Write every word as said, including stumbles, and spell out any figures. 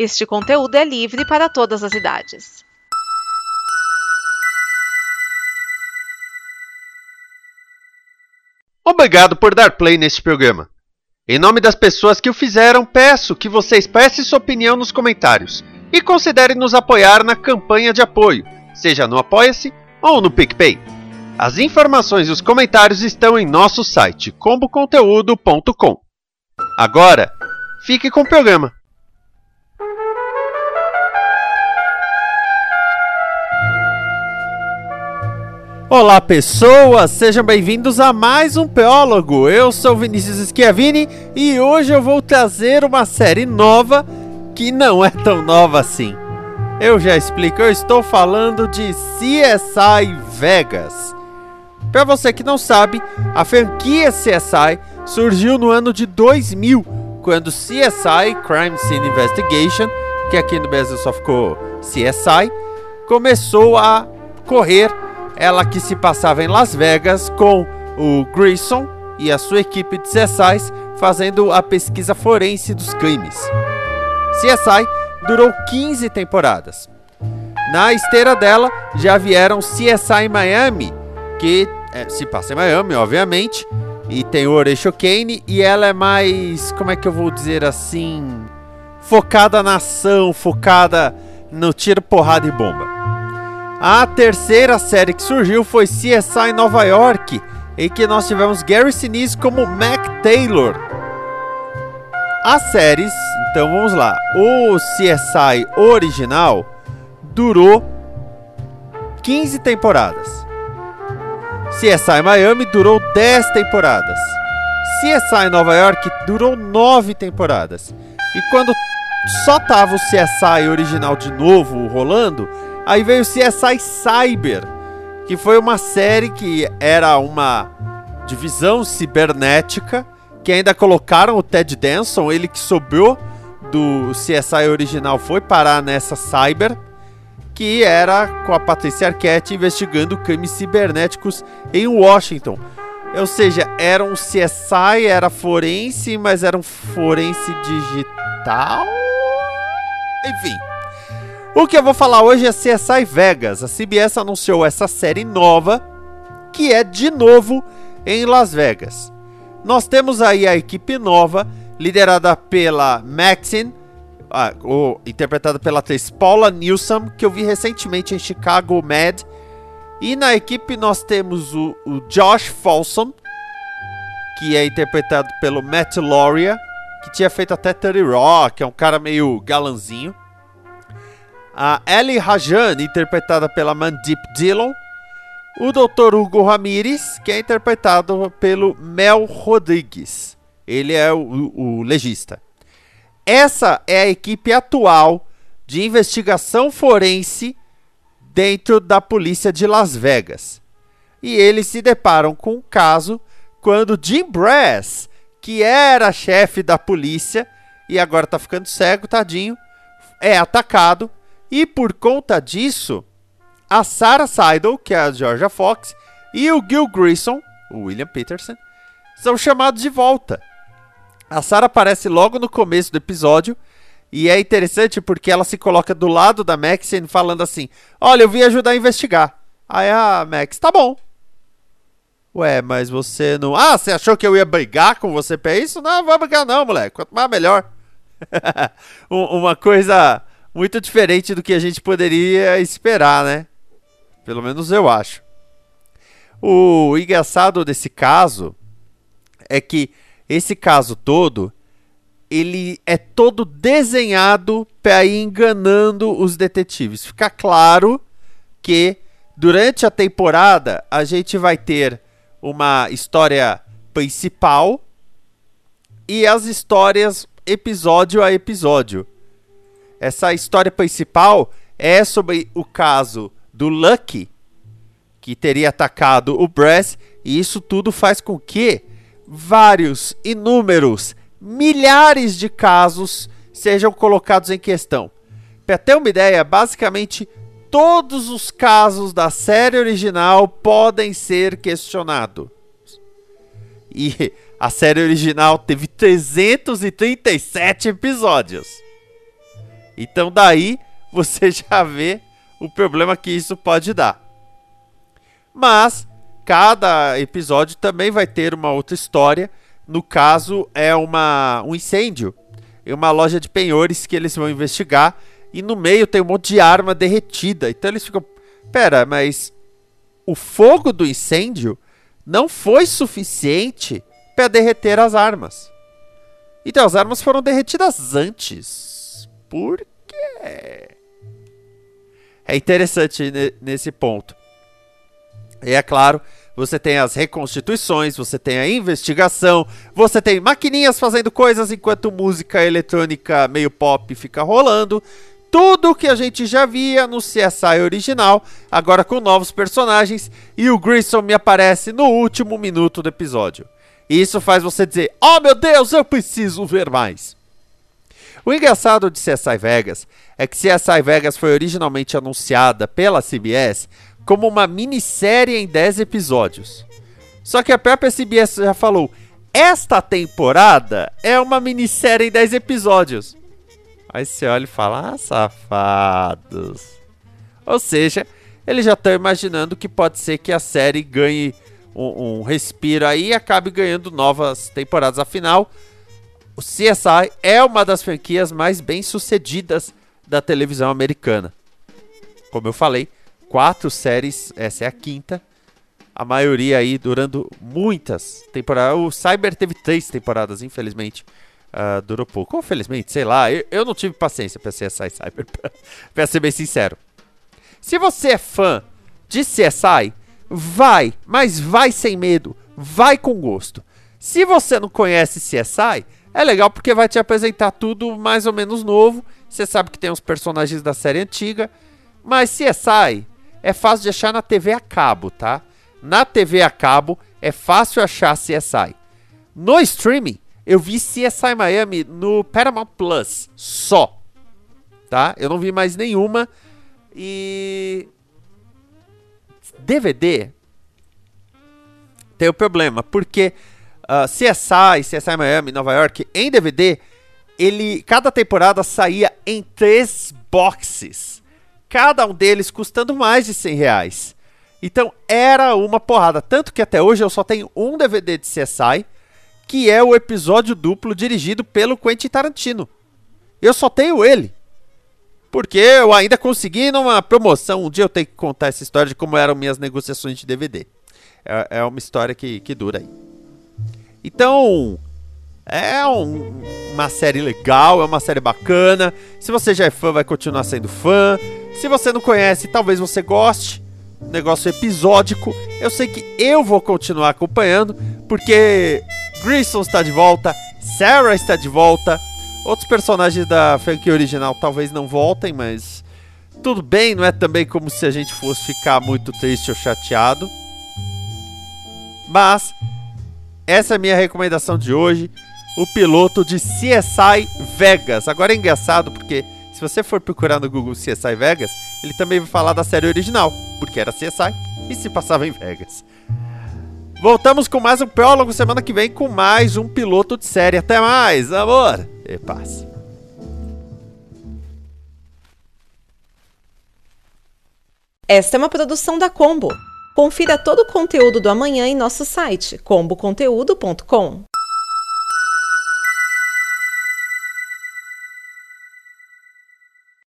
Este conteúdo é livre para todas as idades. Obrigado por dar play neste programa. Em nome das pessoas que o fizeram, peço que você expresse sua opinião nos comentários e considere nos apoiar na campanha de apoio, seja no Apoia-se ou no PicPay. As informações e os comentários estão em nosso site combo conteúdo ponto com. Agora, fique com o programa. Olá pessoas, sejam bem-vindos a mais um Peólogo. Eu sou Vinícius Schiavini e hoje eu vou trazer uma série nova que não é tão nova assim. Eu já explico, eu estou falando de C S I Vegas. Para você que não sabe, a franquia C S I surgiu no ano de dois mil, quando C S I, Crime Scene Investigation, que aqui no Brasil só ficou C S I, começou a correr. Ela que se passava em Las Vegas com o Grissom e a sua equipe de C S Is fazendo a pesquisa forense dos crimes. C S I durou quinze temporadas. Na esteira dela já vieram C S I Miami, que é, se passa em Miami, obviamente, e tem o Horatio Kane, e ela é mais, como é que eu vou dizer assim, focada na ação, focada no tiro, porrada e bomba. A terceira série que surgiu foi C S I Nova York, em que nós tivemos Gary Sinise como Mac Taylor. As séries, então vamos lá, o C S I original durou quinze temporadas. C S I Miami durou dez temporadas. C S I Nova York durou nove temporadas. E quando só tava o C S I original de novo rolando, aí veio o C S I Cyber, que foi uma série que era uma divisão cibernética, que ainda colocaram o Ted Danson, ele que sobrou do C S I original foi parar nessa Cyber, que era com a Patricia Arquette investigando crimes cibernéticos em Washington. Ou seja, era um C S I, era forense, mas era um forense digital? Enfim. O que eu vou falar hoje é C S I Vegas. A C B S anunciou essa série nova, que é de novo em Las Vegas. Nós temos aí a equipe nova, liderada pela Maxine, ah, ou, interpretada pela atriz Paula Newsome, que eu vi recentemente em Chicago Med. E na equipe nós temos o, o Josh Folsom, que é interpretado pelo Matt Lauria, que tinha feito até thirty Rock, é um cara meio galanzinho. A Ellie Rajan, interpretada pela Mandeep Dillon. O doutor Hugo Ramirez, que é interpretado pelo Mel Rodrigues. Ele é o, o legista. Essa é a equipe atual de investigação forense dentro da polícia de Las Vegas. E eles se deparam com um caso quando Jim Brass, que era chefe da polícia e agora tá ficando cego, tadinho, é atacado. E por conta disso, a Sarah Seidel, que é a Georgia Fox, e o Gil Grissom, o William Peterson, são chamados de volta. A Sarah aparece logo no começo do episódio, e é interessante porque ela se coloca do lado da Maxine falando assim: olha, eu vim ajudar a investigar. Aí a Max, tá bom. Ué, mas você não... Ah, você achou que eu ia brigar com você pra isso? Não, não vou brigar não, moleque. Quanto mais melhor. Uma coisa muito diferente do que a gente poderia esperar, né? Pelo menos eu acho. O engraçado desse caso é que esse caso todo, ele é todo desenhado para ir enganando os detetives. Fica claro que durante a temporada a gente vai ter uma história principal e as histórias episódio a episódio. Essa história principal é sobre o caso do Lucky, que teria atacado o Brass, e isso tudo faz com que vários, inúmeros, milhares de casos sejam colocados em questão. Para ter uma ideia, basicamente todos os casos da série original podem ser questionados. E a série original teve trezentos e trinta e sete episódios. Então daí você já vê o problema que isso pode dar. Mas cada episódio também vai ter uma outra história. No caso é uma, um incêndio em uma loja de penhores que eles vão investigar. E no meio tem um monte de arma derretida. Então eles ficam... Pera, mas o fogo do incêndio não foi suficiente para derreter as armas. Então as armas foram derretidas antes. Por quê? É interessante nesse ponto. E é claro, você tem as reconstituições, você tem a investigação, você tem maquininhas fazendo coisas enquanto música eletrônica meio pop fica rolando. Tudo que a gente já via no C S I original, agora com novos personagens, e o Grissom me aparece no último minuto do episódio. E isso faz você dizer, oh meu Deus, eu preciso ver mais. O engraçado de C S I Vegas é que C S I Vegas foi originalmente anunciada pela C B S como uma minissérie em dez episódios. Só que a própria C B S já falou, esta temporada é uma minissérie em dez episódios. Aí você olha e fala, ah, safados. Ou seja, eles já estão imaginando que pode ser que a série ganhe um, um respiro aí e acabe ganhando novas temporadas. Afinal, o C S I é uma das franquias mais bem sucedidas da televisão americana. Como eu falei, quatro séries, essa é a quinta. A maioria aí durando muitas temporadas. O Cyber teve três temporadas, infelizmente. Uh, durou pouco. Ou felizmente, sei lá. Eu, eu não tive paciência pra C S I Cyber, pra, pra ser bem sincero. Se você é fã de C S I, vai, mas vai sem medo. Vai com gosto. Se você não conhece C S I, é legal porque vai te apresentar tudo mais ou menos novo. Você sabe que tem os personagens da série antiga. Mas C S I é fácil de achar na T V a cabo, tá? Na T V a cabo é fácil achar C S I. No streaming, eu vi C S I Miami no Paramount Plus só, tá? Eu não vi mais nenhuma. E D V D tem o problema, porque uh, C S I, C S I Miami, Nova York, em D V D, ele, cada temporada saía em três boxes, cada um deles custando mais de cem reais. Então era uma porrada, tanto que até hoje eu só tenho um D V D de C S I, que é o episódio duplo dirigido pelo Quentin Tarantino. Eu só tenho ele, porque eu ainda consegui numa promoção. Um dia eu tenho que contar essa história de como eram minhas negociações de D V D. É, é uma história que, que dura aí. Então, é um, uma série legal, é uma série bacana. Se você já é fã, vai continuar sendo fã. Se você não conhece, talvez você goste. Negócio episódico. Eu sei que eu vou continuar acompanhando, porque Grissom está de volta, Sarah está de volta. Outros personagens da franquia original talvez não voltem, mas tudo bem, não é também como se a gente fosse ficar muito triste ou chateado. Mas essa é a minha recomendação de hoje, o piloto de C S I Vegas. Agora é engraçado porque se você for procurar no Google C S I Vegas, ele também vai falar da série original, porque era C S I e se passava em Vegas. Voltamos com mais um prólogo semana que vem com mais um piloto de série. Até mais, amor e paz. Esta é uma produção da Combo. Confira todo o conteúdo do amanhã em nosso site combo conteúdo ponto com.